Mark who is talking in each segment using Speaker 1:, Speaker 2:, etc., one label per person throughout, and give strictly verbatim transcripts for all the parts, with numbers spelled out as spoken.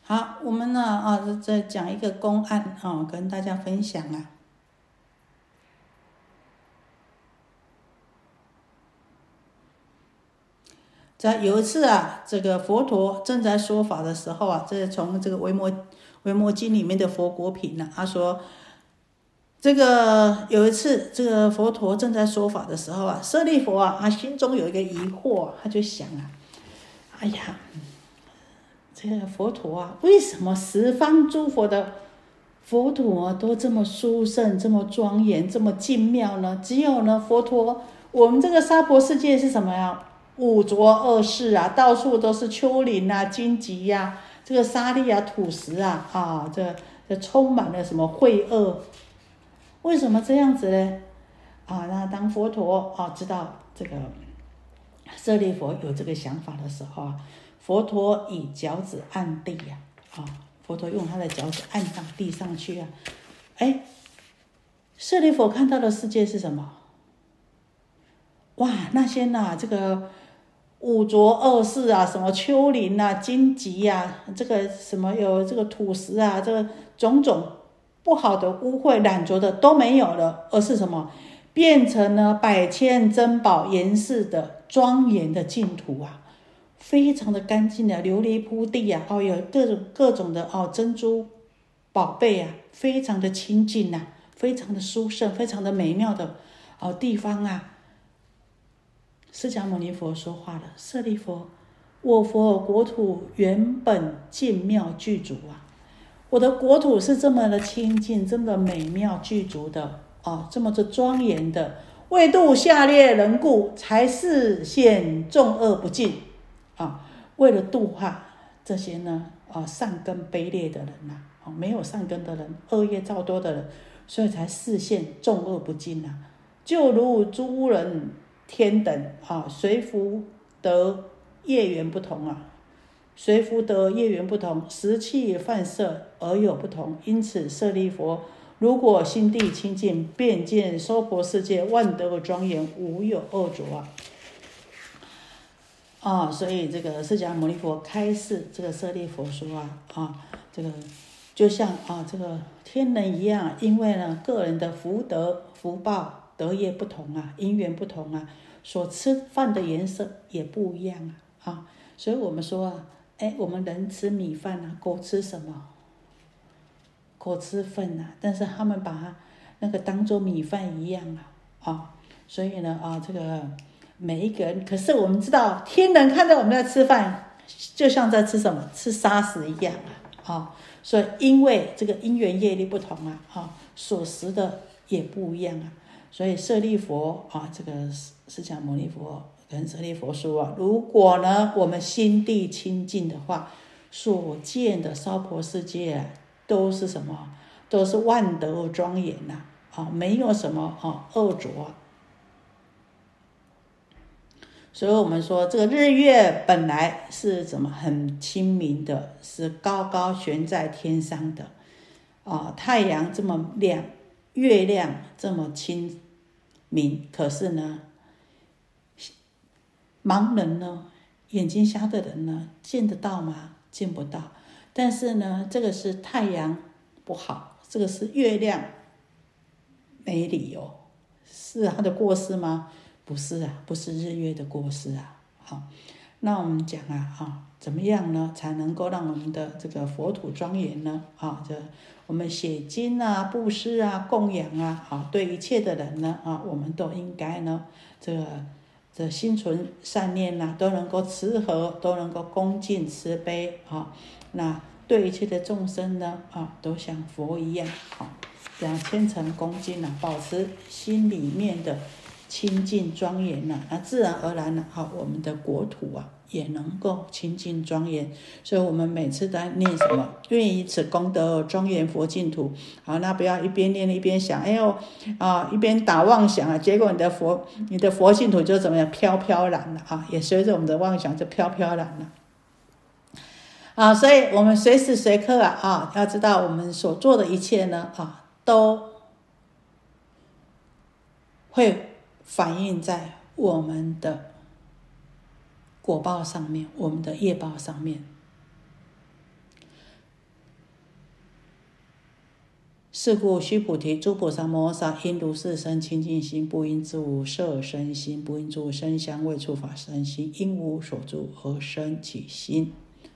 Speaker 1: 好，我们呢啊，再讲一个公案啊，跟大家分享啊。在有一次啊，这个佛陀正在说法的时候啊，这是从这个维摩维摩经里面的佛果品呢、啊，他说，这个有一次，这个佛陀正在说法的时候啊，舍利佛啊，他心中有一个疑惑，他就想啊，哎呀，这个佛陀啊，为什么十方诸佛的佛土啊都这么殊胜、这么庄严、这么静妙呢？只有呢佛陀，我们这个娑婆世界是什么呀？五浊恶世啊，到处都是丘陵啊、荆棘呀、啊、这个沙砾啊、土石啊，啊，这这充满了什么秽恶？为什么这样子呢？啊，那当佛陀啊知道这个舍利佛有这个想法的时候啊，佛陀以脚趾按地呀、啊，啊，佛陀用他的脚趾按上地上去啊，哎，舍利佛看到的世界是什么？哇，那些呐、啊，这个五浊恶世啊，什么丘陵啊、荆棘啊，这个什么有这个土石啊，这个种种不好的污秽染浊的都没有了，而是什么？变成了百千珍宝严饰的庄严的净土啊，非常的干净的琉璃铺地啊，哦，有各种各种的哦珍珠宝贝啊，非常的清净呐、啊，非常的殊胜，非常的美妙的哦地方啊。释迦牟尼佛说话了，舍利佛，我佛国土原本净妙具足啊，我的国土是这么的清净，这么的美妙具足的啊，这么的庄严的，为度下列人故，才示现众恶不净啊，为了度化这些呢啊善根卑劣的人呐、啊，没有善根的人，恶业造多的人，所以才示现众恶不净啊，就如诸人天等啊，随福德业缘不同啊，随福德业缘不同，时气犯色而有不同。因此，舍利佛，如果心地清净，便见娑婆世界万德庄严，无有恶浊啊！啊，所以这个释迦牟尼佛开示这个舍利佛说啊啊，这个就像啊这个天人一样，因为呢个人的福德福报。德业不同啊，因缘不同啊，所吃饭的颜色也不一样啊，啊，所以我们说啊，哎，我们人吃米饭啊，狗吃什么？狗吃粪啊，但是他们把它那个当做米饭一样啊，啊，所以呢啊，这个每一个人，可是我们知道，天人看到我们在吃饭，就像在吃什么？吃沙石一样啊，啊，所以因为这个因缘业力不同啊，啊，所食的也不一样啊。所以舍利佛啊，这个释迦牟尼佛跟舍利佛说啊，如果呢我们心地清净的话，所见的娑婆世界、啊、都是什么？都是万德庄严呐、啊，啊，没有什么啊恶浊、啊。所以我们说，这个日月本来是怎么很清明的，是高高悬在天上的啊，太阳这么亮，月亮这么清。明，可是呢，盲人呢，眼睛瞎的人呢，见得到吗？见不到。但是呢，这个是太阳不好，这个是月亮没理由，是他的过失吗？不是啊，不是日月的过失啊。好，那我们讲啊，啊，怎么样呢，才能够让我们的这个佛土庄严呢？啊，这我们写经啊、布施啊、供养啊，啊，对一切的人呢，啊，我们都应该呢，这个这心存善念呐、啊，都能够慈和，都能够恭敬慈悲啊。那对一切的众生呢，啊，都像佛一样，啊，这样虔诚恭敬啊，保持心里面的清净庄严呐、啊，那自然而然呢、啊，我们的国土啊也能够清净庄严。所以我们每次在念什么，愿以此功德庄严佛净土。好，那不要一边念一边想，哎呦啊，一边打妄想啊，结果你的佛你的佛净土就怎么样飘飘然了啊，也随着我们的妄想就飘飘然了。啊，所以我们随时随刻啊啊，要知道我们所做的一切呢啊，都会反映在我们的果报上面，我们的业报上面。 是故须菩提，诸菩萨摩诃萨应如是生清净心，不应住色身心，不应住声香味触法身心，因无所住而生起心。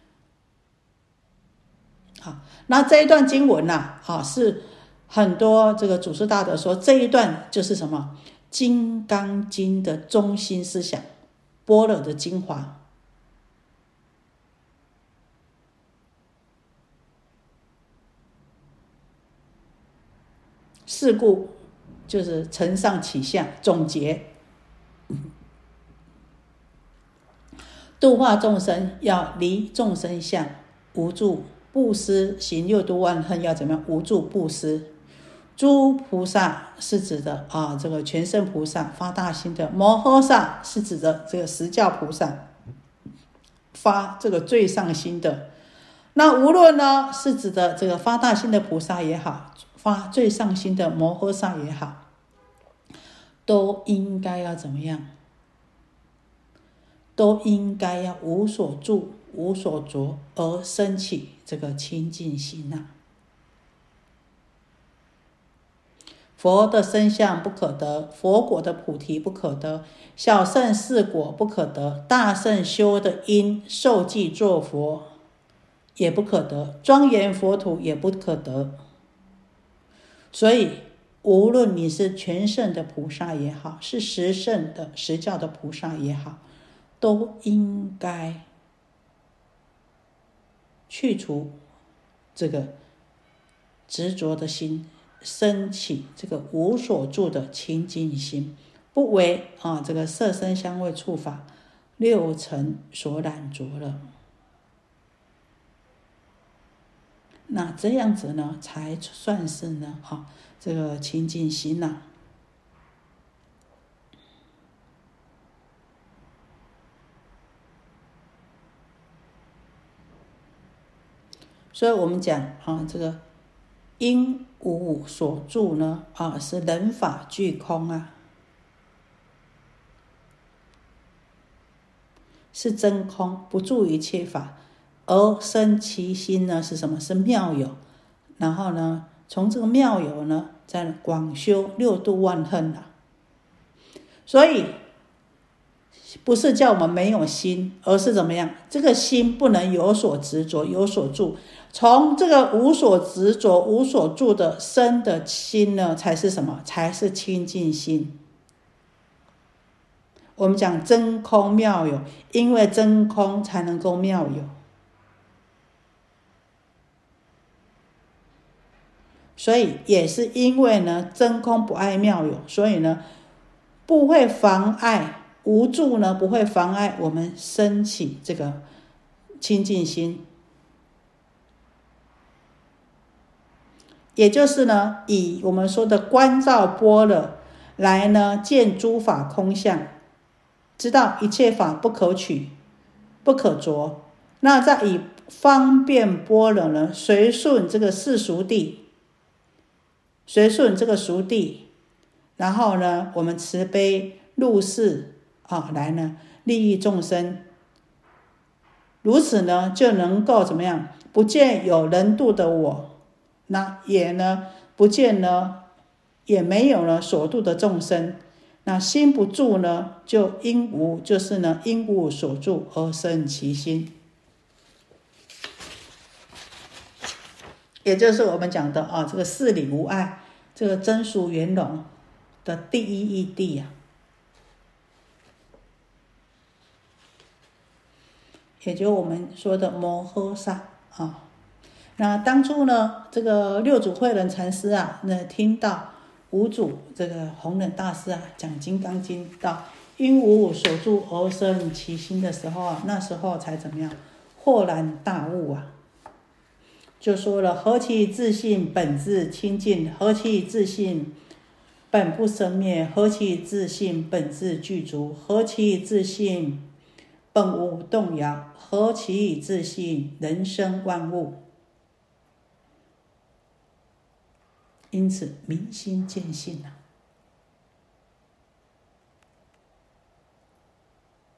Speaker 1: 好，那这一段经文呐、啊，啊，是很多这个祖师大德说这一段就是什么《金刚经》的中心思想，般若的精华。是故就是承上启下，总结度化众生要离众生相，无住布施，行六度万恨要怎么样？无住布施。诸菩萨是指的啊，这个全圣菩萨发大心的；摩诃萨是指的这个十教菩萨发这个最上心的。那无论呢，是指的这个发大心的菩萨也好，发最上心的摩诃萨也好，都应该要怎么样？都应该要无所住、无所着，而生起这个清净心啊。佛的身相不可得，佛果的菩提不可得，小圣四果不可得，大圣修的因受记作佛也不可得，庄严佛土也不可得。所以无论你是全圣的菩萨也好，是十圣的十教的菩萨也好，都应该去除这个执着的心，升起这个无所住的清净心，不为啊这个色声香味触法六尘所染着了。那这样子呢，才算是呢啊这个清净心呐、啊。所以我们讲啊，这个因无所住呢啊，是人法俱空啊，是真空，不住一切法。而生其心呢是什么？是妙有。然后呢，从这个妙有呢，再广修六度万恨啊。所以不是叫我们没有心，而是怎么样？这个心不能有所执着，有所住。从这个无所执着、无所住的生的心呢，才是什么？才是清净心。我们讲真空妙有，因为真空才能够妙有。所以也是因为呢，真空不爱妙有，所以呢，不会妨碍无住呢，不会妨碍我们升起这个清净心。也就是呢，以我们说的观照般若来呢，见诸法空相，知道一切法不可取、不可着。那再以方便般若呢，随顺这个世俗谛。随顺这个俗谛，然后呢，我们慈悲入世啊，来呢利益众生。如此呢，就能够怎么样？不见有人度的我，那也呢不见呢，也没有呢所度的众生。那心不住呢，就因无，就是呢因无所住而生其心。也就是我们讲的啊，这个事理无碍，这个真俗圆融的第一义谛啊，也就是我们说的摩诃萨啊。那当初呢，这个六祖慧能禅师啊，那听到五祖这个弘忍大师啊讲《金刚经》到因无所住而生其心的时候啊，那时候才怎么样？豁然大悟啊！就说了，何其自信本自清净，何其自信本不生灭，何其自信本自具足，何其自信本无动摇，何其自信人生万物。因此明心见性啊。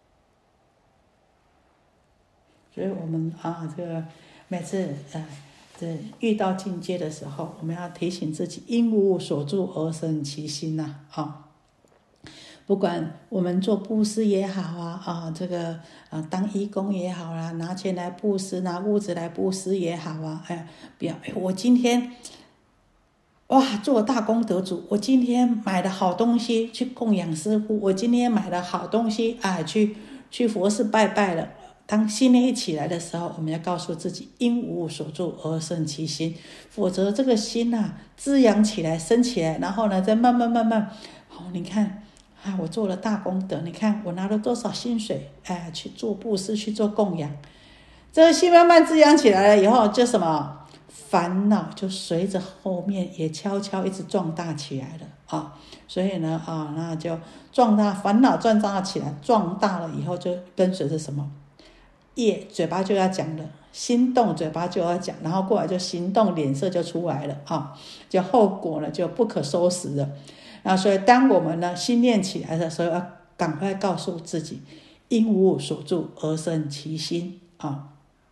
Speaker 1: 所以我们啊，这个每次呃这遇到境界的时候，我们要提醒自己，因无物所住而生其心呐、啊。哦，不管我们做布施也好啊，啊，这个啊当义工也好啦、啊，拿钱来布施，拿物质来布施也好啊，哎，不要，哎，我今天哇做大功德主，我今天买了好东西去供养师父，我今天买了好东西啊，去去佛寺拜拜了。当心念一起来的时候，我们要告诉自己，因无物所住而生其心，否则这个心啊滋养起来，升起来，然后呢，再慢慢慢慢，好，你看。啊，我做了大功德，你看我拿了多少薪水，哎，去做布施，去做供养，这个心慢慢滋养起来了以后，就什么烦恼就随着后面也悄悄一直壮大起来了啊。所以呢，啊，那就壮大烦恼壮大起来，壮大了以后就跟随着什么业，嘴巴就要讲了，心动嘴巴就要讲，然后过来就行动，脸色就出来了啊，就后果呢就不可收拾了。那所以当我们呢心念起来的时候，要赶快告诉自己，因无物所住而生其心啊。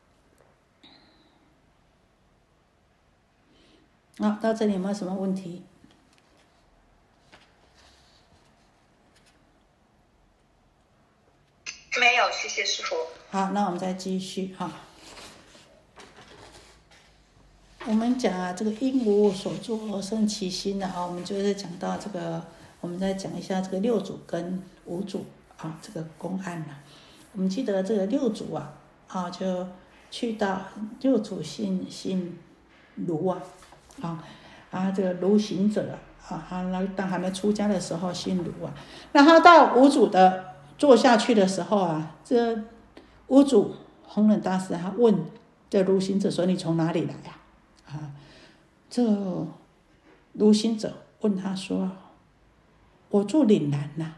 Speaker 1: 好，到这里有没有什么问题？
Speaker 2: 没有，谢谢师父。
Speaker 1: 好，那我们再继续哈。我们讲啊，这个因无物所住而生其心啊，我们就是讲到这个，我们再讲一下这个六祖跟五祖啊这个公案啊。我们记得这个六祖啊，啊就去到六祖姓姓卢啊，啊啊这个卢行者啊，啊他当还没出家的时候姓卢啊，那他到五祖的坐下去的时候啊，这五祖弘忍大师他问这卢行者说：“你从哪里来啊？”啊，这卢行者问他说：“我住岭南呐、啊。”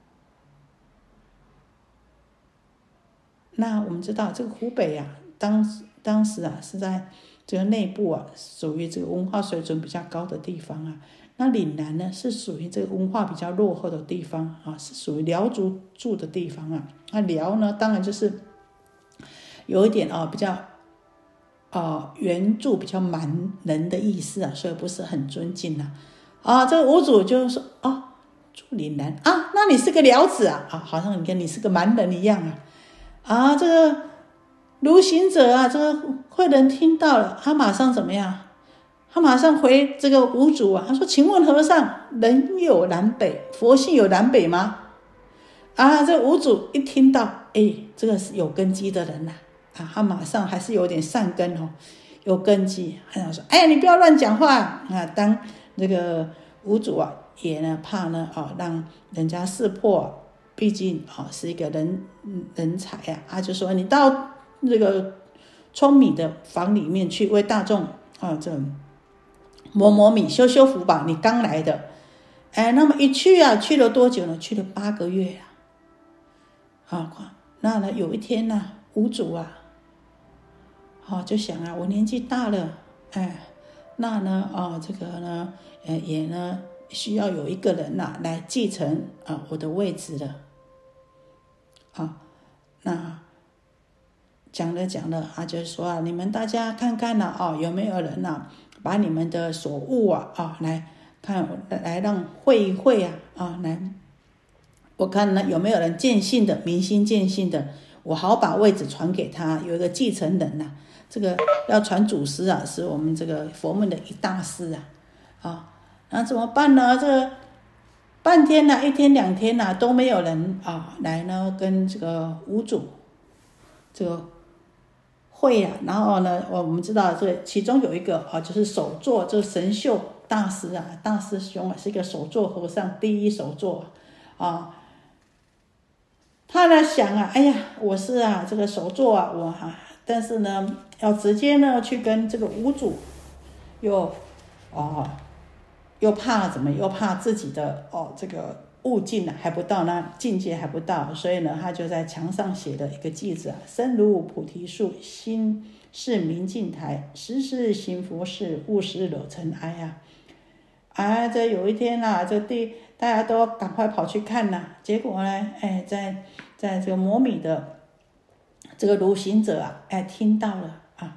Speaker 1: 那我们知道这个湖北啊，当当时啊是在这个内部啊，属于这个文化水准比较高的地方啊。那岭南呢，是属于这个文化比较落后的地方啊，是属于辽族住的地方啊。那辽呢，当然就是有一点啊，比较。啊，原住比较蛮人的意思啊，所以不是很尊敬啊。啊，这个五祖就说：“哦，住岭南啊，那你是个辽子啊，啊，好像你跟你是个蛮人一样啊。”啊，这个卢行者啊，这个慧人听到了，他马上怎么样？他马上回这个五祖啊，他说：“请问和尚，人有南北，佛性有南北吗？”啊，这五祖一听到，哎，这个是有根基的人呐、啊。啊，他马上还是有点善根哦，有根基。他说：“哎呀，你不要乱讲话啊！”当这个五祖啊，也呢怕呢啊，让人家识破，毕竟啊是一个人人才啊，他就说：“你到这个聪明的房里面去，为大众啊这磨磨米、修修福吧。你刚来的，哎，那么一去啊，去了多久呢？去了八个月啊。啊，那呢有一天呢、啊，五祖啊。好、哦，就想啊，我年纪大了，哎，那呢，啊、哦，这个呢，呃，也呢，需要有一个人呐、啊、来继承啊我的位置了，啊，那讲了讲了，啊，就是说啊，你们大家看看呐、啊，哦，有没有人呐、啊，把你们的所悟啊，啊，来看，来让会一会啊，啊，来，我看呢有没有人见信的，明心见性的，我好把位置传给他，有一个继承人呐、啊。这个要传祖师啊，是我们这个佛门的一大事啊，啊，那怎么办呢？这个半天呐、啊，一天两天呐、啊，都没有人啊来呢跟这个五祖这个会啊，然后呢，我们知道这其中有一个啊，就是首座这个神秀大师啊，大师兄啊，是一个首座和尚，第一首座啊。他呢想啊，哎呀，我是啊这个首座啊，我啊。但是呢，要直接呢去跟这个五祖，又哦，又怕怎么？又怕自己的哦这个悟境啊还不到，那境界还不到，所以呢，他就在墙上写了一个偈子啊：身如菩提树，心是明镜台，时时行佛事，勿使惹尘埃啊！啊，这有一天啊，这地大家都赶快跑去看呐、啊，结果呢，哎，在在这个磨米的。这个卢行者啊，哎，听到了啊，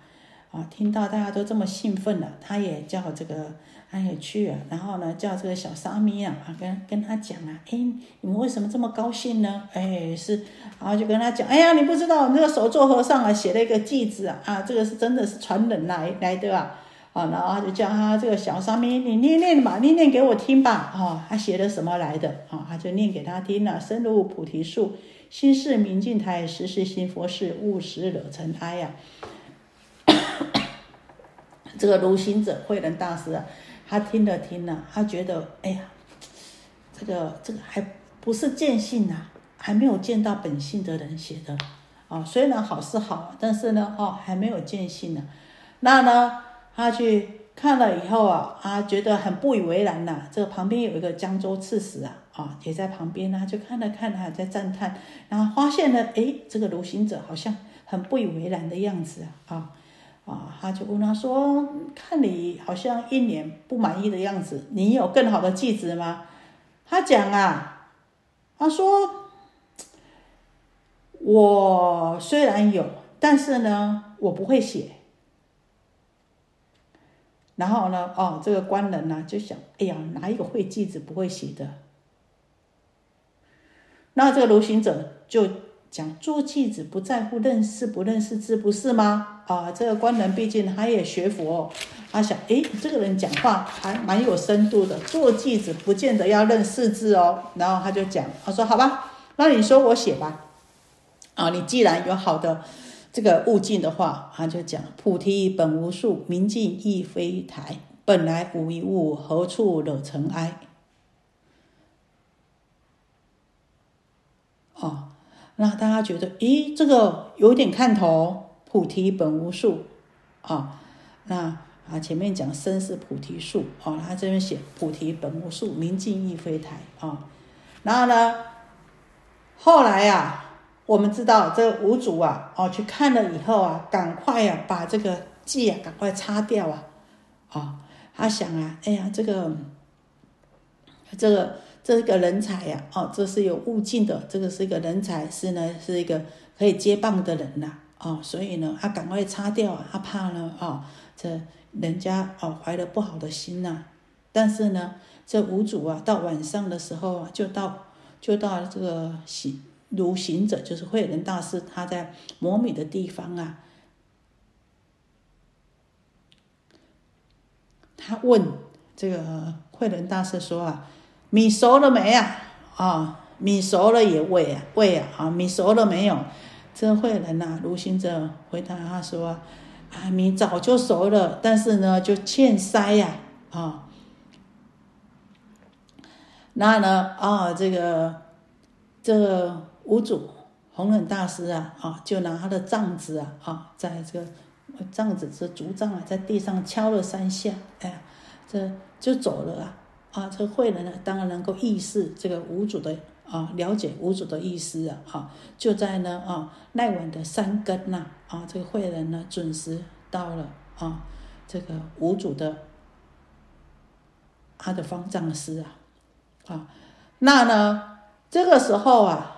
Speaker 1: 啊，听到大家都这么兴奋了，他也叫这个，他也去啊，然后呢，叫这个小沙弥啊，啊跟跟他讲啊，哎，你们为什么这么高兴呢？哎，是，然后就跟他讲，哎呀，你不知道，那个手作和尚啊，写了一个偈子啊，啊，这个是真的是传人来来的啊，啊，然后他就叫他这个小沙弥，你念念吧，你念给我听吧，啊，他写的什么来的？啊，他就念给他听了，深入菩提树，心是明镜台，时时行佛事，勿使惹尘埃呀。这个如行者慧能大师啊，他听了听了，他觉得，哎呀，这个这个还不是见性啊，还没有见到本性的人写的啊。虽然好是好，但是呢，哦，还没有见性呢、啊。那呢，他去看了以后啊，啊，觉得很不以为然呐、啊。这个旁边有一个江州刺史啊，啊，也在旁边啊，就看了看，还在赞叹，然后发现了，哎，这个如行者好像很不以为然的样子啊，啊。啊，他就问他说：“看你好像一脸不满意的样子，你有更好的句子吗？”他讲啊，他说：“我虽然有，但是呢，我不会写。”然后呢，哦，这个官人呢、啊、就想：“哎呀，哪一个会句子不会写的？”那这个如行者就讲做句子不在乎认识不认识字，不是吗？啊，这个官人毕竟他也学佛，他想，诶，这个人讲话还蛮有深度的，做句子不见得要认识字哦。然后他就讲，他说好吧，那你说我写吧。啊，你既然有好的这个悟境的话，他就讲菩提本无树，明镜亦非台，本来无一物，何处惹尘埃。哦。那大家觉得，咦，这个有点看头。菩提本无树，啊，那啊前面讲身是菩提树，啊，他这边写菩提本无树，明镜亦非台，啊，然后呢，后来啊，我们知道这个五祖啊，哦，去看了以后啊，赶快啊把这个记啊赶快擦掉啊，啊，他想啊，哎呀，这个这个。这个人才呀、啊，哦，这是有悟境的，这个是一个人才，是呢，是一个可以接棒的人呐、啊，哦，所以呢，他赶快擦掉啊，他怕呢，哦，这人家哦怀了不好的心呐、啊。但是呢，这五祖啊，到晚上的时候啊，就到就到这个行如行者，就是慧能大师他在磨米的地方啊，他问这个慧能大师说啊。米熟了没啊？啊、哦，米熟了也喂啊，喂啊，啊，米熟了没有？这慧能啊，如行者回答他说：“啊，米早就熟了，但是呢，就欠筛呀、啊，啊、哦。那呢，啊、哦，这个这个五祖弘忍大师啊，啊、哦，就拿他的杖子啊，啊、哦，在这个杖子是竹杖啊，在地上敲了三下，哎呀，这就走了啊。”啊，这个慧能呢，当然能够意识这个五祖的啊，了解五祖的意思啊，啊，就在呢啊，那晚的三更呐，啊，这个慧能呢，准时到了啊，这个五祖的他的方丈师啊，啊，那呢，这个时候啊，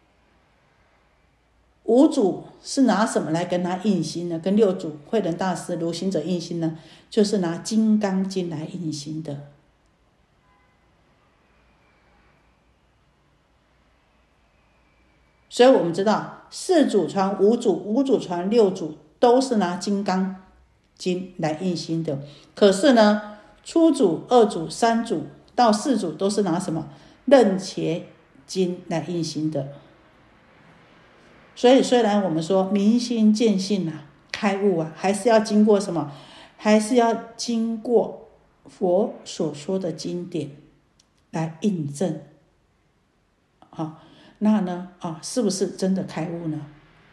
Speaker 1: 五祖是拿什么来跟他印心呢？跟六祖慧能大师如行者印心呢？就是拿《金刚经》来印心的。所以我们知道四祖传五祖，五祖传六祖，都是拿《金刚经》来印心的。可是呢，初祖、二祖、三祖到四祖都是拿什么《楞伽经》来印心的。所以虽然我们说明心见性啊，开悟啊，还是要经过什么？还是要经过佛所说的经典来印证。好。那呢？啊，是不是真的开悟呢？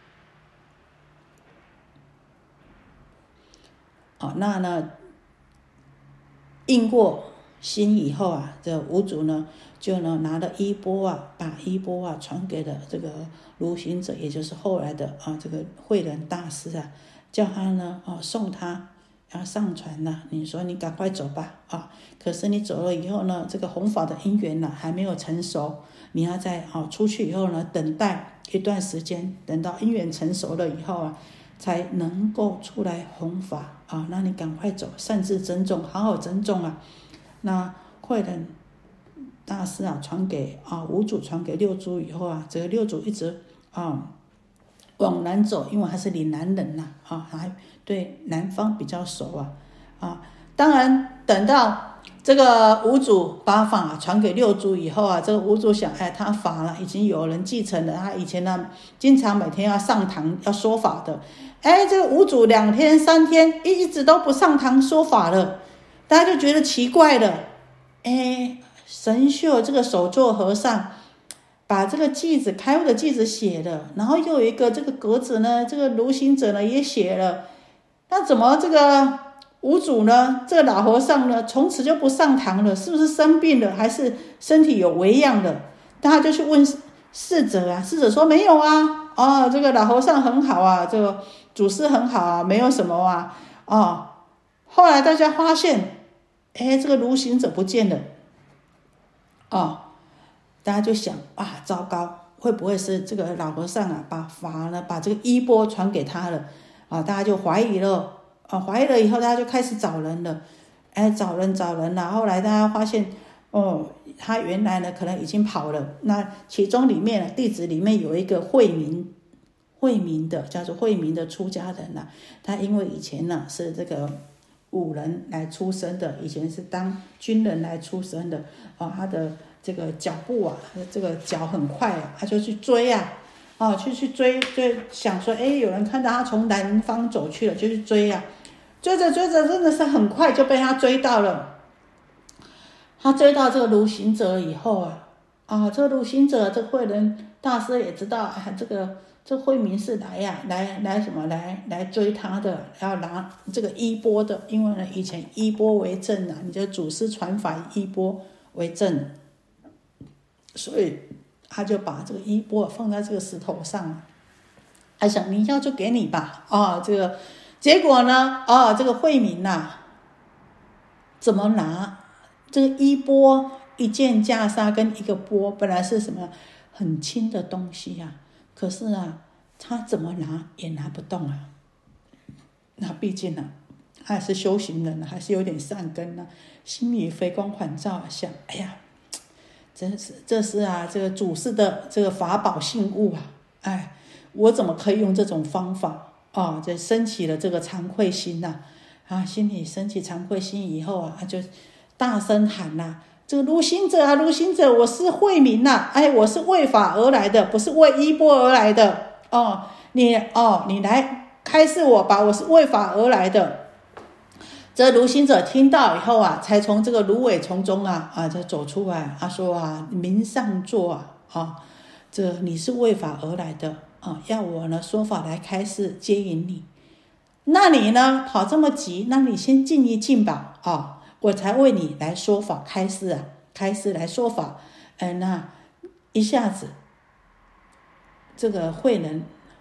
Speaker 1: 啊，那呢？印过心以后啊，这五祖呢，就呢拿了衣钵啊，把衣钵啊传给了这个如行者，也就是后来的啊这个慧能大师啊，叫他呢啊送他，要上船了。你说你赶快走吧啊！可是你走了以后呢，这个弘法的因缘呢还没有成熟。你要在啊出去以后呢，等待一段时间，等到因缘成熟了以后啊， 才能够出来弘法啊。那你赶快走，擅自珍重，好好珍重啊。那慧能大师啊，传给啊五祖，传给六祖以后啊，这个六祖一直啊往南走，因为他是岭南人呐 啊, 啊，还对南方比较熟啊啊。当然，等到这个五祖把法传给六祖以后啊，这个五祖想，哎，他法了已经有人继承了，他以前呢经常每天要上堂要说法的，哎，这个五祖两天三天一直都不上堂说法了，大家就觉得奇怪了，哎，神秀这个首座和尚把这个偈子开悟的偈子写了，然后又有一个这个格子呢，这个卢行者呢也写了，那怎么这个五祖呢，这个老和尚呢，从此就不上堂了，是不是生病了，还是身体有微恙了？大家就去问侍者啊，侍者说没有啊，哦，这个老和尚很好啊，这个祖师很好啊，没有什么啊，哦，后来大家发现，哎，这个卢行者不见了，哦，大家就想啊，糟糕，会不会是这个老和尚啊，把法呢，把这个衣钵传给他了啊？大家就怀疑了。啊，怀疑了以后，大家就开始找人了，哎，找人找人了。后来大家发现，哦，他原来呢可能已经跑了。那其中里面弟子里面有一个慧明，慧明的叫做慧明的出家人呐。他因为以前呢是这个武人来出身的，以前是当军人来出身的啊。他的这个脚步啊，这个脚很快啊，他就去追啊。哦，去去追追，想说，哎，有人看到他从南方走去了，就去追啊，追着追着，真的是很快就被他追到了。他追到这个卢行者以后啊，啊，这个卢行者，这个慧能大师也知道，啊，这个这慧明是来呀、啊，来来什么来来追他的，要拿这个衣钵的，因为呢以前衣钵为证啊，你的祖师传法衣钵为证，所以他就把这个衣钵放在这个石头上，还想你要就给你吧，啊，这个结果呢，啊，这个慧明呐，怎么拿这个衣钵一件袈裟跟一个钵，本来是什么很轻的东西啊，可是啊，他怎么拿也拿不动啊。那毕竟呢、啊，他还是修行人，还是有点善根呢、啊，心里回光返照，想，哎呀。这是这是啊，这个祖师的这个法宝信物啊，哎，我怎么可以用这种方法啊？就升起了这个惭愧心呐、啊，啊，心里升起惭愧心以后啊，就大声喊呐、啊，这个卢行者啊，卢行者，我是慧明呐、啊，哎，我是为法而来的，不是为衣钵而来的哦，你哦，你来开示我吧，我是为法而来的。这卢行者听到以后啊，才从这个芦苇丛中啊啊，就走出来。他说啊，明上座啊，啊，这你是为法而来的啊，要我呢说法来开示接引你。那你呢跑这么急，那你先静一静吧，啊，我才为你来说法开示啊，开示来说法。嗯，那一下子，这个慧能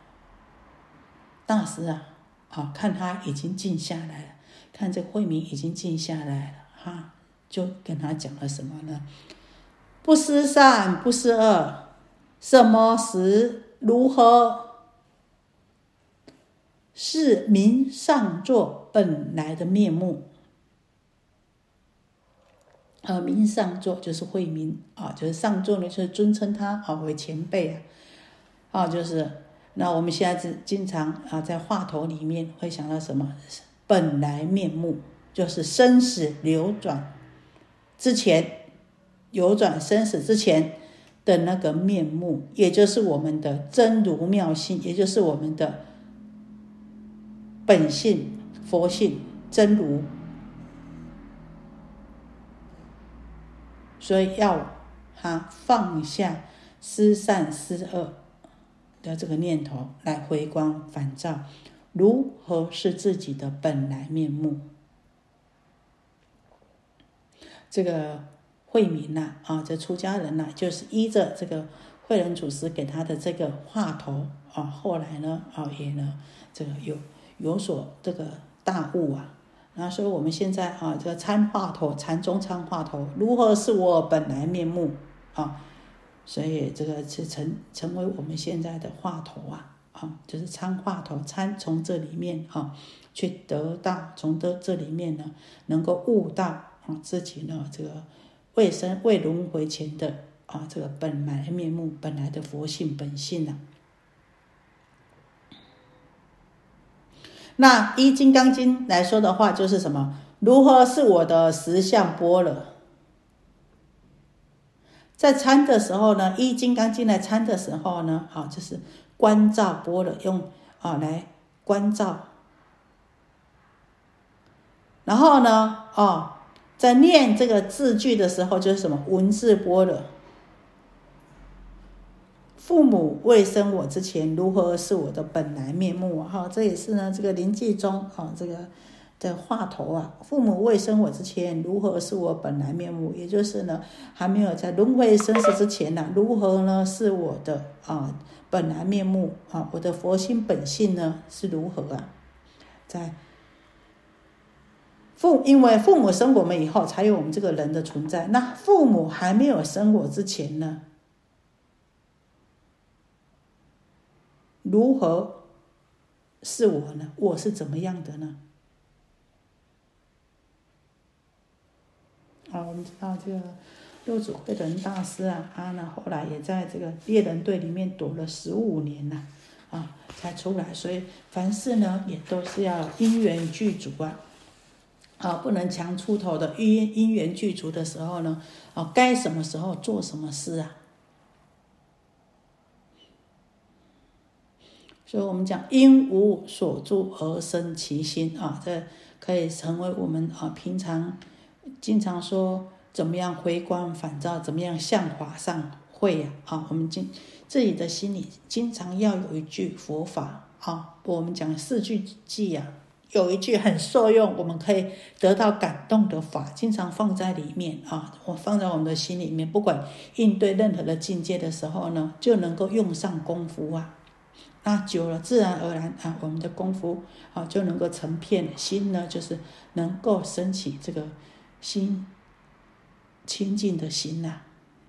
Speaker 1: 大师啊，啊，看他已经静下来了。看这慧明已经静下来了，哈，就跟他讲了什么呢？不思善，不思恶，什么时如何？是明上座本来的面目。呃，明上座就是慧明啊，就是上座呢，就是尊称他啊为前辈啊，啊，就是那我们现在经常啊在话头里面会想到什么？本来面目，就是生死流转之前，流转生死之前的那个面目，也就是我们的真如妙性，也就是我们的本性佛性真如。所以要他放下思善思恶的这个念头，来回光返照如何是自己的本来面目。这个慧明呐、啊，啊，这出家人呐、啊，就是依着这个慧能祖师给他的这个话头啊，后来呢，啊，也呢，这个有有所这个大悟啊。然后所以我们现在啊，这个参话头，禅宗参话头，如何是我本来面目啊？所以这个是成成为我们现在的话头啊。 啊，就是参话头，参从这里面啊去得到，从这这里面呢能够悟到啊自己呢这个未生未轮回前的啊这个本来面目，本来的佛性本性啊。那依《金刚经》来说的话，就是什么？如何是我的实相般若？在参的时候呢，依《金刚经》来参的时候呢，啊，就是观照般若，用啊来观照。然后呢，哦，在念这个字句的时候，就是什么文字般若。父母未生我之前，如何是我的本来面目啊？哈，这也是呢，这个临济宗啊，这个的话头啊。父母未生我之前，如何是我本来面目？也就是呢，还没有在轮回生死之前呢、啊，如何呢是我的啊本来面目啊？我的佛心本性呢是如何啊？在父，因为父母生我们以后，才有我们这个人的存在。那父母还没有生我之前呢？如何是我呢？我是怎么样的呢？啊，我们知道这个六祖慧能大师啊，他呢后来也在这个猎人队里面躲了十五年了、啊，啊，才出来。所以凡事呢，也都是要因缘具足啊，啊，不能强出头的。因因缘具足的时候呢，啊，该什么时候做什么事啊。所以我们讲因无所住而生其心啊，这可以成为我们啊平常经常说怎么样回光返照，怎么样向法上会啊，啊我们经自己的心里经常要有一句佛法啊，我们讲四句偈啊，有一句很受用，我们可以得到感动的法，经常放在里面啊，我放在我们的心里面，不管应对任何的境界的时候呢，就能够用上功夫啊。那久了，自然而然啊，我们的功夫啊就能够成片，心呢就是能够升起这个心清净的心呐、啊。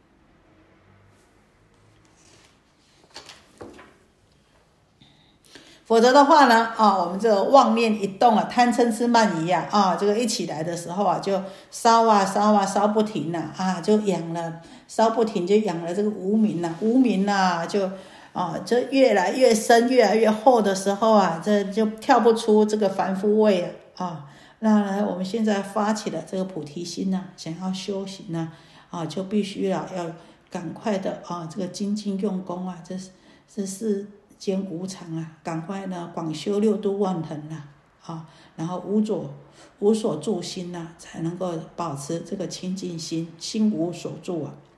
Speaker 1: 否则的话呢，啊，我们这个妄念一动啊，贪嗔痴慢疑啊，啊，这个一起来的时候啊，就烧啊烧啊烧不停了 啊, 啊，就养了烧不停，就养了这个无明呐、啊，无明呐、啊、就。啊，这越来越深、越来越厚的时候啊，这就跳不出这个凡夫位啊！啊，那我们现在发起了这个菩提心呐、啊，想要修行呐、啊，啊，就必须要要赶快的啊，这个精进用功啊，这这世间无常啊，赶快呢广修六度万恒啊，啊，然后无所无所住心呐、啊，才能够保持这个清净心，心无所住啊。